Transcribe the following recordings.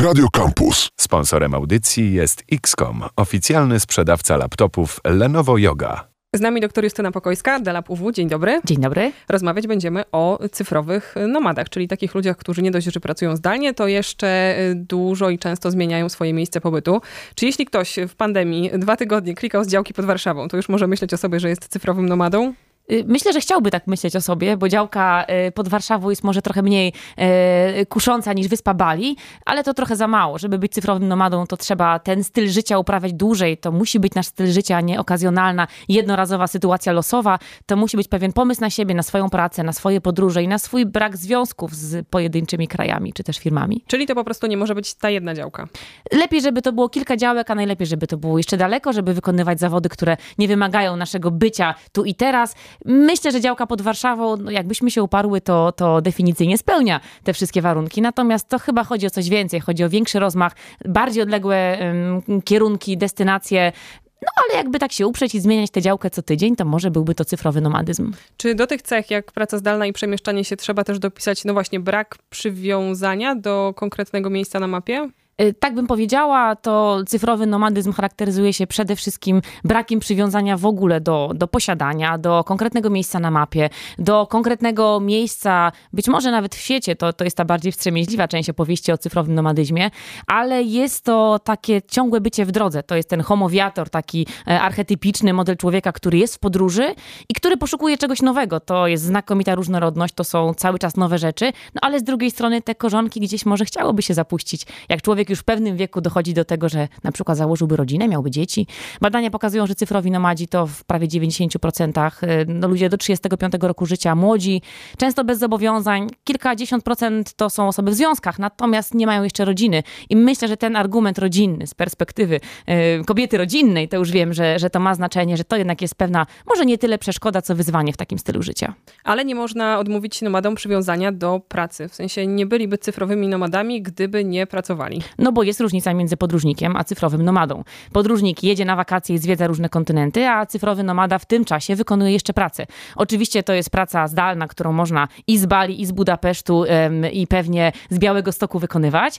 Radio Campus. Sponsorem audycji jest XCOM, oficjalny sprzedawca laptopów Lenovo Yoga. Z nami dr Justyna Pokojska, DELAB UW. Dzień dobry. Dzień dobry. Rozmawiać będziemy o cyfrowych nomadach, czyli takich ludziach, którzy nie dość, że pracują zdalnie, to jeszcze dużo i często zmieniają swoje miejsce pobytu. Czy jeśli ktoś w pandemii 2 tygodnie klikał z działki pod Warszawą, to już może myśleć o sobie, że jest cyfrowym nomadą? Myślę, że chciałby tak myśleć o sobie, bo działka pod Warszawą jest może trochę mniej kusząca niż wyspa Bali, ale to trochę za mało. Żeby być cyfrowym nomadą, to trzeba ten styl życia uprawiać dłużej. To musi być nasz styl życia, a nie okazjonalna, jednorazowa sytuacja losowa. To musi być pewien pomysł na siebie, na swoją pracę, na swoje podróże i na swój brak związków z pojedynczymi krajami czy też firmami. Czyli to po prostu nie może być ta jedna działka. Lepiej, żeby to było kilka działek, a najlepiej, żeby to było jeszcze daleko, żeby wykonywać zawody, które nie wymagają naszego bycia tu i teraz. Myślę, że działka pod Warszawą, no jakbyśmy się uparły, to definicyjnie spełnia te wszystkie warunki. Natomiast to chyba chodzi o coś więcej. Chodzi o większy rozmach, bardziej odległe kierunki, destynacje. No ale jakby tak się uprzeć i zmieniać tę działkę co tydzień, to może byłby to cyfrowy nomadyzm. Czy do tych cech, jak praca zdalna i przemieszczanie się, trzeba też dopisać, no właśnie, brak przywiązania do konkretnego miejsca na mapie? Tak bym powiedziała, to cyfrowy nomadyzm charakteryzuje się przede wszystkim brakiem przywiązania w ogóle do posiadania, do konkretnego miejsca na mapie, do konkretnego miejsca, być może nawet w świecie, to jest ta bardziej wstrzemięźliwa część opowieści o cyfrowym nomadyzmie, ale jest to takie ciągłe bycie w drodze. To jest ten homowiator, taki archetypiczny model człowieka, który jest w podróży i który poszukuje czegoś nowego. To jest znakomita różnorodność, to są cały czas nowe rzeczy, no ale z drugiej strony te korzonki gdzieś może chciałoby się zapuścić. Jak człowiek już w pewnym wieku dochodzi do tego, że na przykład założyłby rodzinę, miałby dzieci. Badania pokazują, że cyfrowi nomadzi to w prawie 90% ludzie do 35 roku życia, młodzi, często bez zobowiązań. Kilkadziesiąt procent to są osoby w związkach, natomiast nie mają jeszcze rodziny. I myślę, że ten argument rodzinny z perspektywy kobiety rodzinnej, to już wiem, że to ma znaczenie, że to jednak jest pewna, może nie tyle przeszkoda, co wyzwanie w takim stylu życia. Ale nie można odmówić nomadom przywiązania do pracy. W sensie nie byliby cyfrowymi nomadami, gdyby nie pracowali. No bo jest różnica między podróżnikiem a cyfrowym nomadą. Podróżnik jedzie na wakacje i zwiedza różne kontynenty, a cyfrowy nomada w tym czasie wykonuje jeszcze pracę. Oczywiście to jest praca zdalna, którą można i z Bali, i z Budapesztu, i pewnie z Białegostoku wykonywać,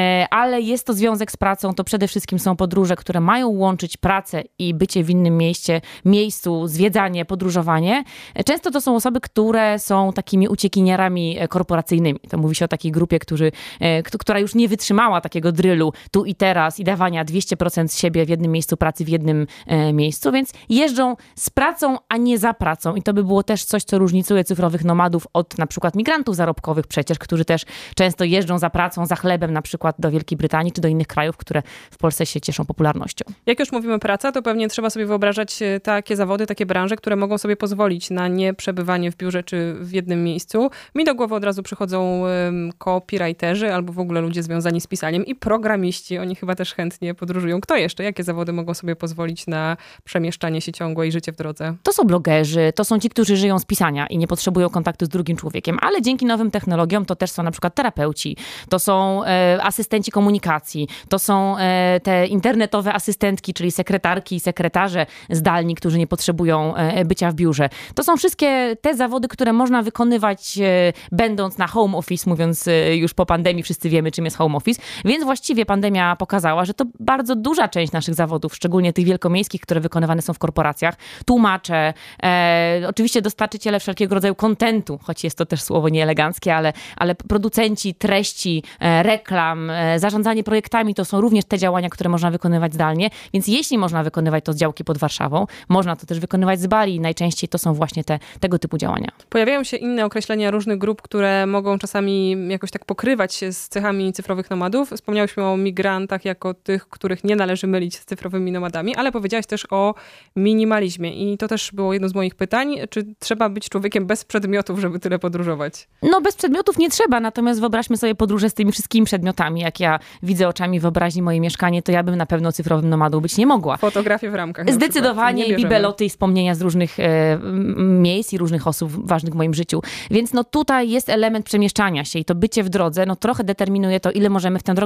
ale jest to związek z pracą, to przede wszystkim są podróże, które mają łączyć pracę i bycie w innym miejscu, zwiedzanie, podróżowanie. Często to są osoby, które są takimi uciekiniarami korporacyjnymi. To mówi się o takiej grupie, która już nie wytrzymała takiego drylu tu i teraz i dawania 200% z siebie w jednym miejscu pracy, w jednym miejscu, więc jeżdżą z pracą, a nie za pracą. I to by było też coś, co różnicuje cyfrowych nomadów od na przykład migrantów zarobkowych przecież, którzy też często jeżdżą za pracą, za chlebem na przykład do Wielkiej Brytanii czy do innych krajów, które w Polsce się cieszą popularnością. Jak już mówimy praca, to pewnie trzeba sobie wyobrażać takie zawody, takie branże, które mogą sobie pozwolić na nie przebywanie w biurze czy w jednym miejscu. Mi do głowy od razu przychodzą copywriterzy albo w ogóle ludzie związani z pisaniem i programiści. Oni chyba też chętnie podróżują. Kto jeszcze? Jakie zawody mogą sobie pozwolić na przemieszczanie się ciągłe i życie w drodze? To są blogerzy, to są ci, którzy żyją z pisania i nie potrzebują kontaktu z drugim człowiekiem, ale dzięki nowym technologiom to też są na przykład terapeuci, to są asystenci komunikacji, to są te internetowe asystentki, czyli sekretarki i sekretarze zdalni, którzy nie potrzebują bycia w biurze. To są wszystkie te zawody, które można wykonywać będąc na home office, mówiąc już po pandemii, wszyscy wiemy, czym jest home office, więc właściwie pandemia pokazała, że to bardzo duża część naszych zawodów, szczególnie tych wielkomiejskich, które wykonywane są w korporacjach, tłumacze, oczywiście dostarczyciele wszelkiego rodzaju kontentu, choć jest to też słowo nieeleganckie, ale producenci treści, reklam, zarządzanie projektami, to są również te działania, które można wykonywać zdalnie, więc jeśli można wykonywać to z działki pod Warszawą, można to też wykonywać z Bali i najczęściej to są właśnie tego typu działania. Pojawiają się inne określenia różnych grup, które mogą czasami jakoś tak pokrywać się z cechami cyfrowych nomadów. Wspomniałyśmy o migrantach jako tych, których nie należy mylić z cyfrowymi nomadami, ale powiedziałaś też o minimalizmie i to też było jedno z moich pytań. Czy trzeba być człowiekiem bez przedmiotów, żeby tyle podróżować? No bez przedmiotów nie trzeba, natomiast wyobraźmy sobie podróże z tymi wszystkimi przedmiotami. Jak ja widzę oczami wyobraźni moje mieszkanie, to ja bym na pewno cyfrowym nomadą być nie mogła. Fotografie w ramkach. Zdecydowanie bibeloty i wspomnienia z różnych miejsc i różnych osób ważnych w moim życiu. Więc no tutaj jest element przemieszczania się i to bycie w drodze, no trochę determinuje to, ile możemy w tę drogę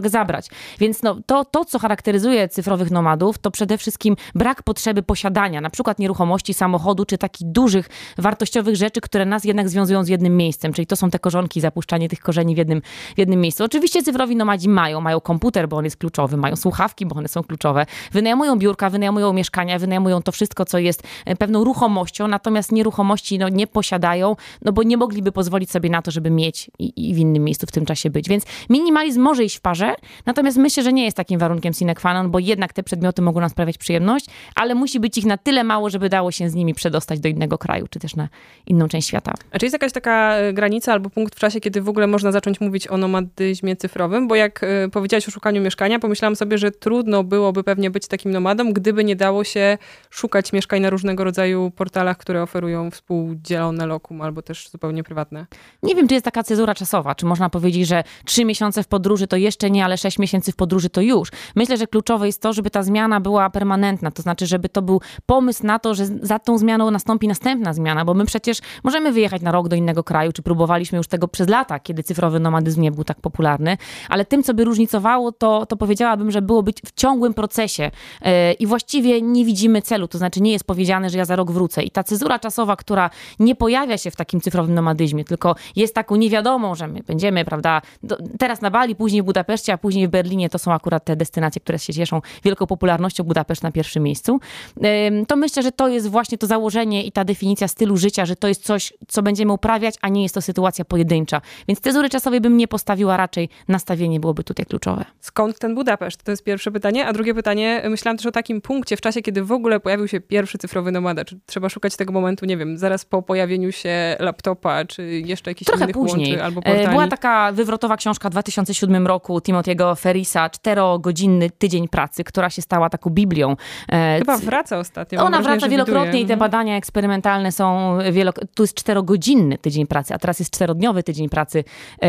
mogę zabrać. Więc to, co charakteryzuje cyfrowych nomadów, to przede wszystkim brak potrzeby posiadania, na przykład nieruchomości, samochodu, czy takich dużych, wartościowych rzeczy, które nas jednak związują z jednym miejscem, czyli to są te korzonki, zapuszczanie tych korzeni w jednym miejscu. Oczywiście cyfrowi nomadzi mają komputer, bo on jest kluczowy, mają słuchawki, bo one są kluczowe, wynajmują biurka, wynajmują mieszkania, wynajmują to wszystko, co jest pewną ruchomością, natomiast nieruchomości nie posiadają, bo nie mogliby pozwolić sobie na to, żeby mieć i w innym miejscu w tym czasie być. Więc minimalizm może iść w parze, natomiast myślę, że nie jest takim warunkiem sine qua non, bo jednak te przedmioty mogą nam sprawiać przyjemność, ale musi być ich na tyle mało, żeby dało się z nimi przedostać do innego kraju, czy też na inną część świata. A czy jest jakaś taka granica albo punkt w czasie, kiedy w ogóle można zacząć mówić o nomadyzmie cyfrowym? Bo jak powiedziałaś o szukaniu mieszkania, pomyślałam sobie, że trudno byłoby pewnie być takim nomadą, gdyby nie dało się szukać mieszkań na różnego rodzaju portalach, które oferują współdzielone lokum albo też zupełnie prywatne. Nie wiem, czy jest taka cezura czasowa, czy można powiedzieć, że 3 miesiące w podróży to jeszcze nie, ale 6 miesięcy w podróży to już. Myślę, że kluczowe jest to, żeby ta zmiana była permanentna, to znaczy, żeby to był pomysł na to, że za tą zmianą nastąpi następna zmiana, bo my przecież możemy wyjechać na rok do innego kraju, czy próbowaliśmy już tego przez lata, kiedy cyfrowy nomadyzm nie był tak popularny, ale tym, co by różnicowało, to powiedziałabym, że było być w ciągłym procesie i właściwie nie widzimy celu, to znaczy nie jest powiedziane, że ja za rok wrócę i ta cezura czasowa, która nie pojawia się w takim cyfrowym nomadyzmie, tylko jest taką niewiadomą, że my będziemy, prawda, teraz na Bali, później w Budapeszcie, a później w Berlinie, to są akurat te destynacje, które się cieszą wielką popularnością, Budapeszt na pierwszym miejscu, to myślę, że to jest właśnie to założenie i ta definicja stylu życia, że to jest coś, co będziemy uprawiać, a nie jest to sytuacja pojedyncza. Więc cezury czasowej bym nie postawiła, raczej nastawienie byłoby tutaj kluczowe. Skąd ten Budapeszt? To jest pierwsze pytanie. A drugie pytanie, myślałam też o takim punkcie w czasie, kiedy w ogóle pojawił się pierwszy cyfrowy nomada. Czy trzeba szukać tego momentu, nie wiem, zaraz po pojawieniu się laptopa, czy jeszcze jakichś trochę innych później. łączy albo portali? Była taka wywrotowa książka w 2007 roku Timothy'ego Ferrisa, 4-godzinny tydzień pracy, która się stała taką Biblią. Chyba wraca ostatnio. Ona wraca wielokrotnie i te badania eksperymentalne są tu jest 4-godzinny tydzień pracy, a teraz jest 4-dniowy tydzień pracy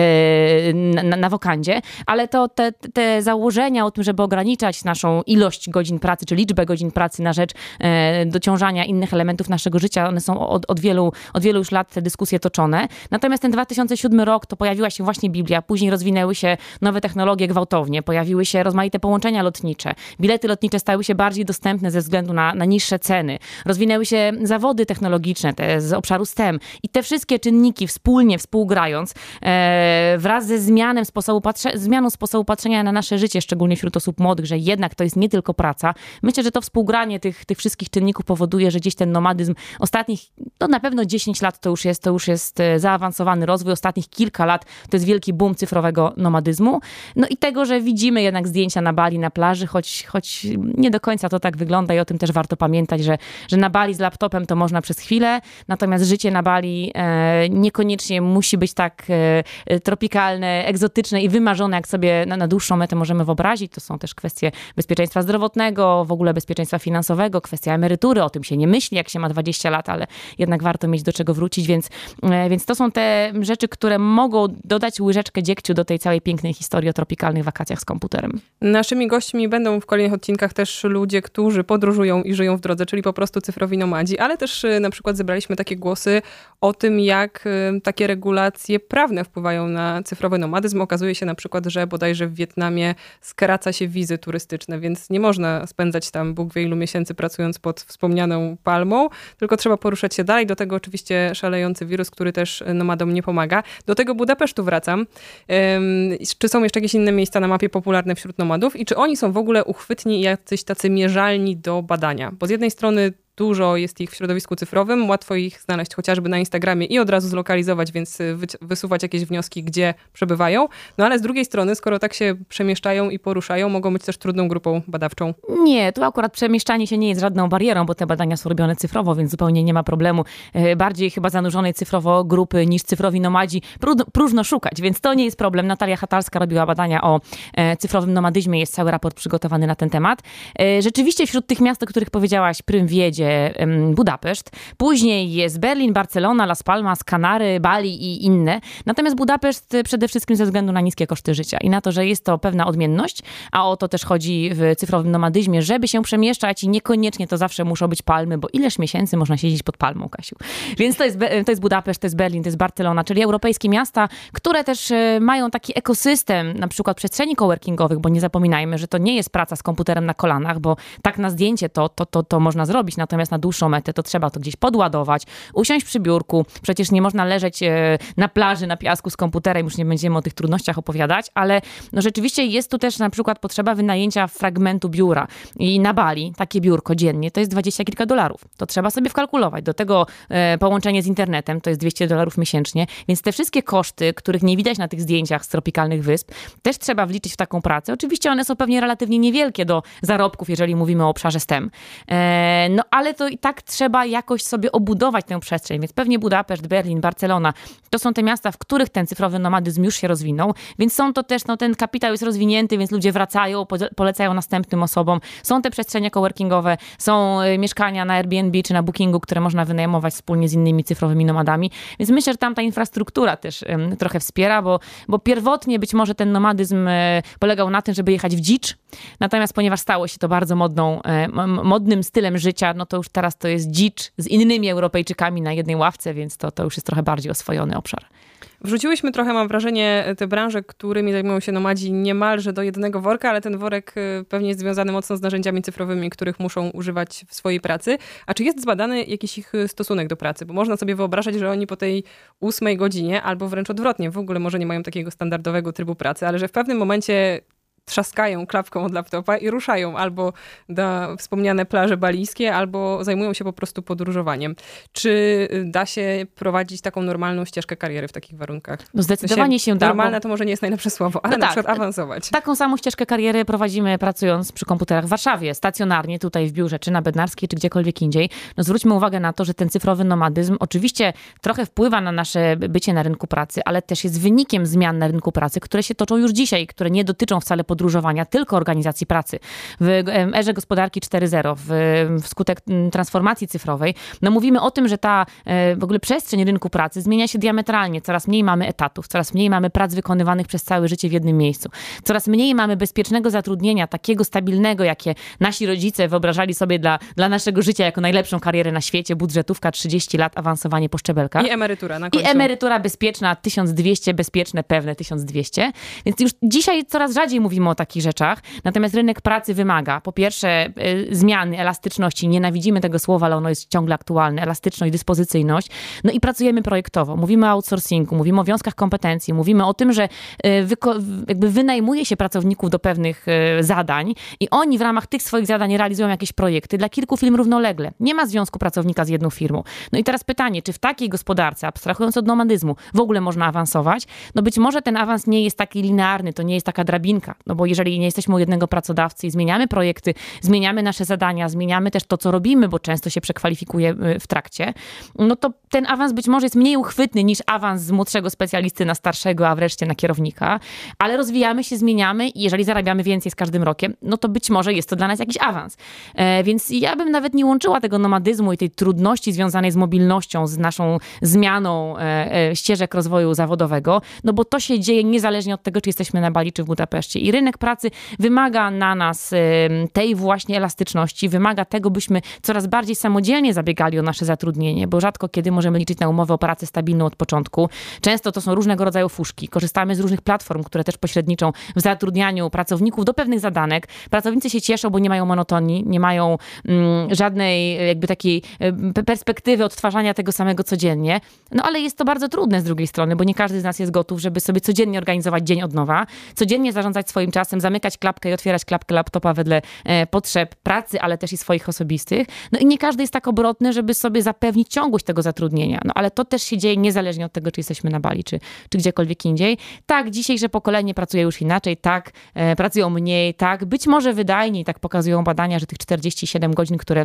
na wokandzie, ale to te założenia o tym, żeby ograniczać naszą ilość godzin pracy, czy liczbę godzin pracy na rzecz dociążania innych elementów naszego życia, one są od wielu już lat te dyskusje toczone. Natomiast ten 2007 rok to pojawiła się właśnie Biblia, później rozwinęły się nowe technologie gwałtownie, pojawiły się rozmaite połączenia lotnicze, bilety lotnicze stały się bardziej dostępne ze względu na niższe ceny, rozwinęły się zawody technologiczne, te z obszaru STEM i te wszystkie czynniki współgrając, wraz ze zmianą sposobu patrzenia na nasze życie, szczególnie wśród osób młodych, że jednak to jest nie tylko praca. Myślę, że to współgranie tych wszystkich czynników powoduje, że gdzieś ten nomadyzm ostatnich, na pewno 10 lat to już jest zaawansowany rozwój, ostatnich kilka lat to jest wielki boom cyfrowego nomadyzmu. No i tego, że widzimy jednak zdjęcia na Bali, na plaży, choć nie do końca to tak wygląda i o tym też warto pamiętać, że na Bali z laptopem to można przez chwilę, natomiast życie na Bali niekoniecznie musi być tak tropikalne, egzotyczne i wymarzone, jak sobie na dłuższą metę możemy wyobrazić. To są też kwestie bezpieczeństwa zdrowotnego, w ogóle bezpieczeństwa finansowego, kwestia emerytury, o tym się nie myśli, jak się ma 20 lat, ale jednak warto mieć do czego wrócić, więc to są te rzeczy, które mogą dodać łyżeczkę dziegciu do tej całej pięknej historii o tropikalnych wakacjach z komputerem. Naszymi gośćmi będą w kolejnych odcinkach też ludzie, którzy podróżują i żyją w drodze, czyli po prostu cyfrowi nomadzi, ale też na przykład zebraliśmy takie głosy o tym, jak takie regulacje prawne wpływają na cyfrowy nomadyzm. Okazuje się na przykład, że bodajże w Wietnamie skraca się wizy turystyczne, więc nie można spędzać tam Bóg wie ilu miesięcy pracując pod wspomnianą palmą, tylko trzeba poruszać się dalej. Do tego oczywiście szalejący wirus, który też nomadom nie pomaga. Do tego Budapesztu wracam. Czy są jeszcze jakieś inne miejsca na mapie popularne wśród nomadów i czy oni są w ogóle uchwytni i jacyś tacy mierzalni do badania? Bo z jednej strony dużo jest ich w środowisku cyfrowym, łatwo ich znaleźć chociażby na Instagramie i od razu zlokalizować, więc wysuwać jakieś wnioski, gdzie przebywają. No ale z drugiej strony, skoro tak się przemieszczają i poruszają, mogą być też trudną grupą badawczą. Nie, tu akurat przemieszczanie się nie jest żadną barierą, bo te badania są robione cyfrowo, więc zupełnie nie ma problemu. Bardziej chyba zanurzonej cyfrowo grupy niż cyfrowi nomadzi próżno szukać, więc to nie jest problem. Natalia Hatalska robiła badania o cyfrowym nomadyzmie, jest cały raport przygotowany na ten temat. Rzeczywiście wśród tych miast, o których powiedziałaś, Prym, Wiedzie, będzie Budapeszt, później jest Berlin, Barcelona, Las Palmas, Kanary, Bali i inne. Natomiast Budapeszt przede wszystkim ze względu na niskie koszty życia i na to, że jest to pewna odmienność, a o to też chodzi w cyfrowym nomadyzmie, żeby się przemieszczać i niekoniecznie to zawsze muszą być palmy, bo ileż miesięcy można siedzieć pod palmą, Kasiu. Więc to jest Budapeszt, to jest Berlin, to jest Barcelona, czyli europejskie miasta, które też mają taki ekosystem, na przykład przestrzeni coworkingowych, bo nie zapominajmy, że to nie jest praca z komputerem na kolanach, bo tak na zdjęcie to można zrobić, natomiast na dłuższą metę to trzeba to gdzieś podładować, usiąść przy biurku, przecież nie można leżeć na plaży, na piasku z komputerem, już nie będziemy o tych trudnościach opowiadać, ale no rzeczywiście jest tu też na przykład potrzeba wynajęcia fragmentu biura i na Bali takie biurko dziennie to jest 20 kilka dolarów. To trzeba sobie wkalkulować. Do tego połączenie z internetem to jest $200 miesięcznie, więc te wszystkie koszty, których nie widać na tych zdjęciach z tropikalnych wysp, też trzeba wliczyć w taką pracę. Oczywiście one są pewnie relatywnie niewielkie do zarobków, jeżeli mówimy o obszarze STEM. No ale to i tak trzeba jakoś sobie obudować tę przestrzeń, więc pewnie Budapeszt, Berlin, Barcelona, to są te miasta, w których ten cyfrowy nomadyzm już się rozwinął, więc są to też, no ten kapitał jest rozwinięty, więc ludzie wracają, polecają następnym osobom. Są te przestrzenie coworkingowe, są mieszkania na Airbnb czy na Bookingu, które można wynajmować wspólnie z innymi cyfrowymi nomadami, więc myślę, że tam ta infrastruktura też trochę wspiera, bo pierwotnie być może ten nomadyzm polegał na tym, żeby jechać w dzicz, natomiast ponieważ stało się to bardzo modnym stylem życia, no to już teraz to jest dzicz z innymi Europejczykami na jednej ławce, więc to już jest trochę bardziej oswojony obszar. Wrzuciłyśmy trochę, mam wrażenie, te branże, którymi zajmują się nomadzi niemalże do jednego worka, ale ten worek pewnie jest związany mocno z narzędziami cyfrowymi, których muszą używać w swojej pracy. A czy jest zbadany jakiś ich stosunek do pracy? Bo można sobie wyobrażać, że oni po tej 8 godzinie, albo wręcz odwrotnie, w ogóle może nie mają takiego standardowego trybu pracy, ale że w pewnym momencie trzaskają klapką od laptopa i ruszają albo na wspomniane plaże balijskie, albo zajmują się po prostu podróżowaniem. Czy da się prowadzić taką normalną ścieżkę kariery w takich warunkach? No zdecydowanie się da. Normalne to może nie jest najlepsze słowo, ale na przykład awansować. Taką samą ścieżkę kariery prowadzimy pracując przy komputerach w Warszawie, stacjonarnie tutaj w biurze, czy na Bednarskiej, czy gdziekolwiek indziej. No zwróćmy uwagę na to, że ten cyfrowy nomadyzm oczywiście trochę wpływa na nasze bycie na rynku pracy, ale też jest wynikiem zmian na rynku pracy, które się toczą już dzisiaj, które nie dotyczą wcale podróżowania, tylko organizacji pracy. W erze gospodarki 4.0, wskutek transformacji cyfrowej, no mówimy o tym, że ta w ogóle przestrzeń rynku pracy zmienia się diametralnie. Coraz mniej mamy etatów, coraz mniej mamy prac wykonywanych przez całe życie w jednym miejscu. Coraz mniej mamy bezpiecznego zatrudnienia, takiego stabilnego, jakie nasi rodzice wyobrażali sobie dla naszego życia jako najlepszą karierę na świecie, budżetówka 30 lat, awansowanie po szczebelkach. I emerytura na końcu. I emerytura bezpieczna, 1200, bezpieczne, pewne 1200. Więc już dzisiaj coraz rzadziej mówimy o takich rzeczach. Natomiast rynek pracy wymaga, po pierwsze, zmiany, elastyczności. Nienawidzimy tego słowa, ale ono jest ciągle aktualne. Elastyczność, dyspozycyjność. No i pracujemy projektowo. Mówimy o outsourcingu, mówimy o wiązkach kompetencji, mówimy o tym, że jakby wynajmuje się pracowników do pewnych zadań i oni w ramach tych swoich zadań realizują jakieś projekty dla kilku firm równolegle. Nie ma związku pracownika z jedną firmą. No i teraz pytanie, czy w takiej gospodarce, abstrahując od nomadyzmu, w ogóle można awansować? No być może ten awans nie jest taki linearny, to nie jest taka drabinka, no bo jeżeli nie jesteśmy u jednego pracodawcy i zmieniamy projekty, zmieniamy nasze zadania, zmieniamy też to, co robimy, bo często się przekwalifikuje w trakcie, no to ten awans być może jest mniej uchwytny niż awans z młodszego specjalisty na starszego, a wreszcie na kierownika, ale rozwijamy się, zmieniamy i jeżeli zarabiamy więcej z każdym rokiem, no to być może jest to dla nas jakiś awans. Więc ja bym nawet nie łączyła tego nomadyzmu i tej trudności związanej z mobilnością, z naszą zmianą ścieżek rozwoju zawodowego, no bo to się dzieje niezależnie od tego, czy jesteśmy na Bali, czy w Budapeszcie. I rynek pracy wymaga na nas tej właśnie elastyczności, wymaga tego, byśmy coraz bardziej samodzielnie zabiegali o nasze zatrudnienie, bo rzadko kiedy możemy liczyć na umowę o pracę stabilną od początku. Często to są różnego rodzaju fuszki. Korzystamy z różnych platform, które też pośredniczą w zatrudnianiu pracowników do pewnych zadanek. Pracownicy się cieszą, bo nie mają monotonii, nie mają żadnej jakby takiej perspektywy odtwarzania tego samego codziennie. No ale jest to bardzo trudne z drugiej strony, bo nie każdy z nas jest gotów, żeby sobie codziennie organizować dzień od nowa, codziennie zarządzać swoim czasem, zamykać klapkę i otwierać klapkę laptopa wedle potrzeb pracy, ale też i swoich osobistych. No i nie każdy jest tak obrotny, żeby sobie zapewnić ciągłość tego zatrudnienia. No ale to też się dzieje niezależnie od tego, czy jesteśmy na Bali, czy gdziekolwiek indziej. Tak, dzisiejsze pokolenie pracuje już inaczej, tak, pracują mniej, tak, być może wydajniej, tak pokazują badania, że tych 47 godzin, które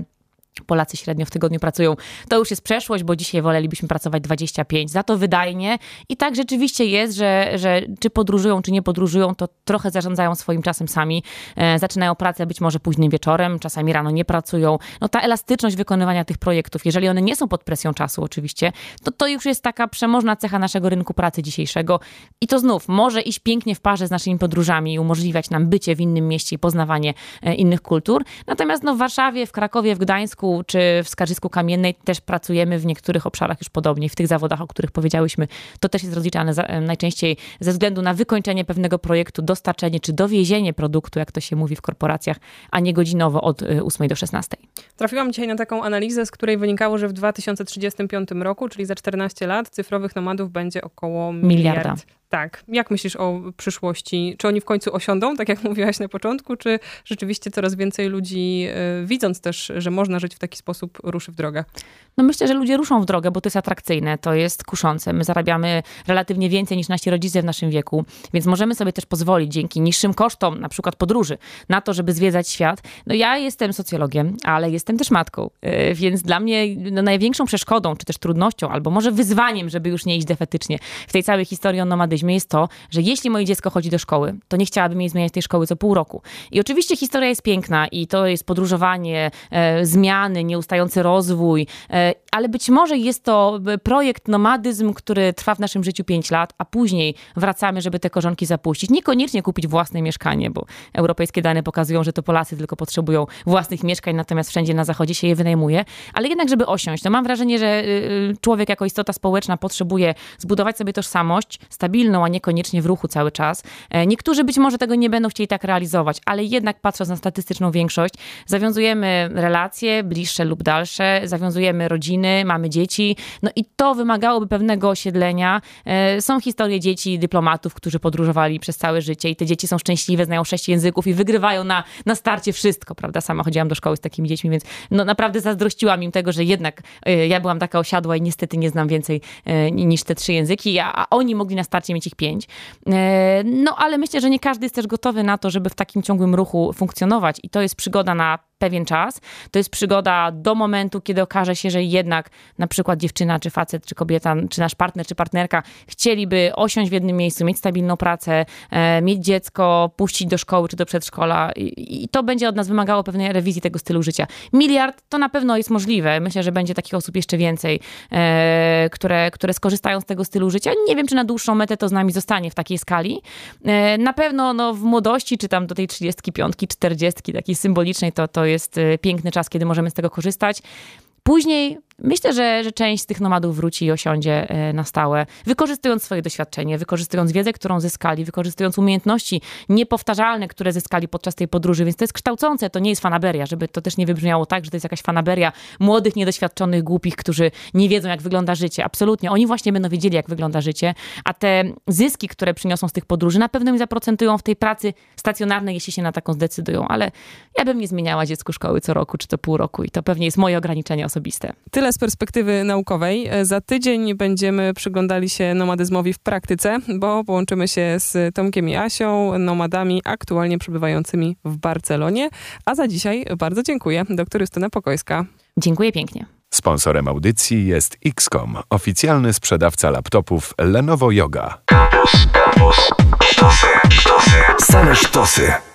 Polacy średnio w tygodniu pracują. To już jest przeszłość, bo dzisiaj wolelibyśmy pracować 25. Za to wydajnie. I tak rzeczywiście jest, że czy podróżują, czy nie podróżują, to trochę zarządzają swoim czasem sami. Zaczynają pracę być może późnym wieczorem, czasami rano nie pracują. No ta elastyczność wykonywania tych projektów, jeżeli one nie są pod presją czasu oczywiście, to już jest taka przemożna cecha naszego rynku pracy dzisiejszego. I to znów może iść pięknie w parze z naszymi podróżami i umożliwiać nam bycie w innym mieście i poznawanie innych kultur. Natomiast w Warszawie, w Krakowie, w Gdańsku czy w Skarżysku-Kamiennej też pracujemy w niektórych obszarach już podobnie. W tych zawodach, o których powiedziałyśmy, to też jest rozliczane najczęściej ze względu na wykończenie pewnego projektu, dostarczenie czy dowiezienie produktu, jak to się mówi w korporacjach, a nie godzinowo od 8 do 16. Trafiłam dzisiaj na taką analizę, z której wynikało, że w 2035 roku, czyli za 14 lat, cyfrowych nomadów będzie około miliarda. Tak. Jak myślisz o przyszłości? Czy oni w końcu osiądą, tak jak mówiłaś na początku, czy rzeczywiście coraz więcej ludzi, widząc też, że można żyć w taki sposób, ruszy w drogę? No myślę, że ludzie ruszą w drogę, bo to jest atrakcyjne, to jest kuszące. My zarabiamy relatywnie więcej niż nasi rodzice w naszym wieku, więc możemy sobie też pozwolić dzięki niższym kosztom, na przykład podróży, na to, żeby zwiedzać świat. No ja jestem socjologiem, ale jestem też matką, więc dla mnie największą przeszkodą, czy też trudnością, albo może wyzwaniem, żeby już nie iść defetycznie w tej całej historii o nomadyzmie jest to, że jeśli moje dziecko chodzi do szkoły, to nie chciałabym jej zmieniać tej szkoły co pół roku. I oczywiście historia jest piękna i to jest podróżowanie, zmiany, nieustający rozwój, ale być może jest to projekt nomadyzm, który trwa w naszym życiu 5 lat, a później wracamy, żeby te korzonki zapuścić. Niekoniecznie kupić własne mieszkanie, bo europejskie dane pokazują, że to Polacy tylko potrzebują własnych mieszkań, natomiast wszędzie na zachodzie się je wynajmuje. Ale jednak, żeby osiąść, to mam wrażenie, że człowiek jako istota społeczna potrzebuje zbudować sobie tożsamość stabilną, a niekoniecznie w ruchu cały czas. Niektórzy być może tego nie będą chcieli tak realizować, ale jednak patrząc na statystyczną większość, zawiązujemy relacje bliższe lub dalsze, zawiązujemy rodziny, mamy dzieci, no i to wymagałoby pewnego osiedlenia. Są historie dzieci dyplomatów, którzy podróżowali przez całe życie i te dzieci są szczęśliwe, znają 6 języków i wygrywają na starcie wszystko, prawda? Sama chodziłam do szkoły z takimi dziećmi, więc no naprawdę zazdrościłam im tego, że jednak ja byłam taka osiadła i niestety nie znam więcej niż te 3 języki, a oni mogli na starcie mieć ich 5. No ale myślę, że nie każdy jest też gotowy na to, żeby w takim ciągłym ruchu funkcjonować i to jest przygoda na pewien czas. To jest przygoda do momentu, kiedy okaże się, że jednak na przykład dziewczyna, czy facet, czy kobieta, czy nasz partner, czy partnerka chcieliby osiąść w jednym miejscu, mieć stabilną pracę, mieć dziecko, puścić do szkoły, czy do przedszkola i to będzie od nas wymagało pewnej rewizji tego stylu życia. Miliard to na pewno jest możliwe. Myślę, że będzie takich osób jeszcze więcej, które skorzystają z tego stylu życia. Nie wiem, czy na dłuższą metę to z nami zostanie w takiej skali. Na pewno w młodości, czy tam do tej 35, 40, takiej symbolicznej, to jest piękny czas, kiedy możemy z tego korzystać. Później myślę, że część z tych nomadów wróci i osiądzie na stałe, wykorzystując swoje doświadczenie, wykorzystując wiedzę, którą zyskali, wykorzystując umiejętności niepowtarzalne, które zyskali podczas tej podróży, więc to jest kształcące, to nie jest fanaberia, żeby to też nie wybrzmiało tak, że to jest jakaś fanaberia młodych, niedoświadczonych, głupich, którzy nie wiedzą, jak wygląda życie. Absolutnie, oni właśnie będą wiedzieli, jak wygląda życie, a te zyski, które przyniosą z tych podróży, na pewno im zaprocentują w tej pracy stacjonarnej, jeśli się na taką zdecydują, ale ja bym nie zmieniała dziecku szkoły co roku, czy co pół roku i to pewnie jest moje ograniczenie osobiste. Tyle z perspektywy naukowej. Za tydzień będziemy przyglądali się nomadyzmowi w praktyce, bo połączymy się z Tomkiem i Asią, nomadami aktualnie przebywającymi w Barcelonie. A za dzisiaj bardzo dziękuję. Doktor Justyna Pokojska. Dziękuję pięknie. Sponsorem audycji jest XCOM, oficjalny sprzedawca laptopów Lenovo Yoga. Sztosy. Same sztosy.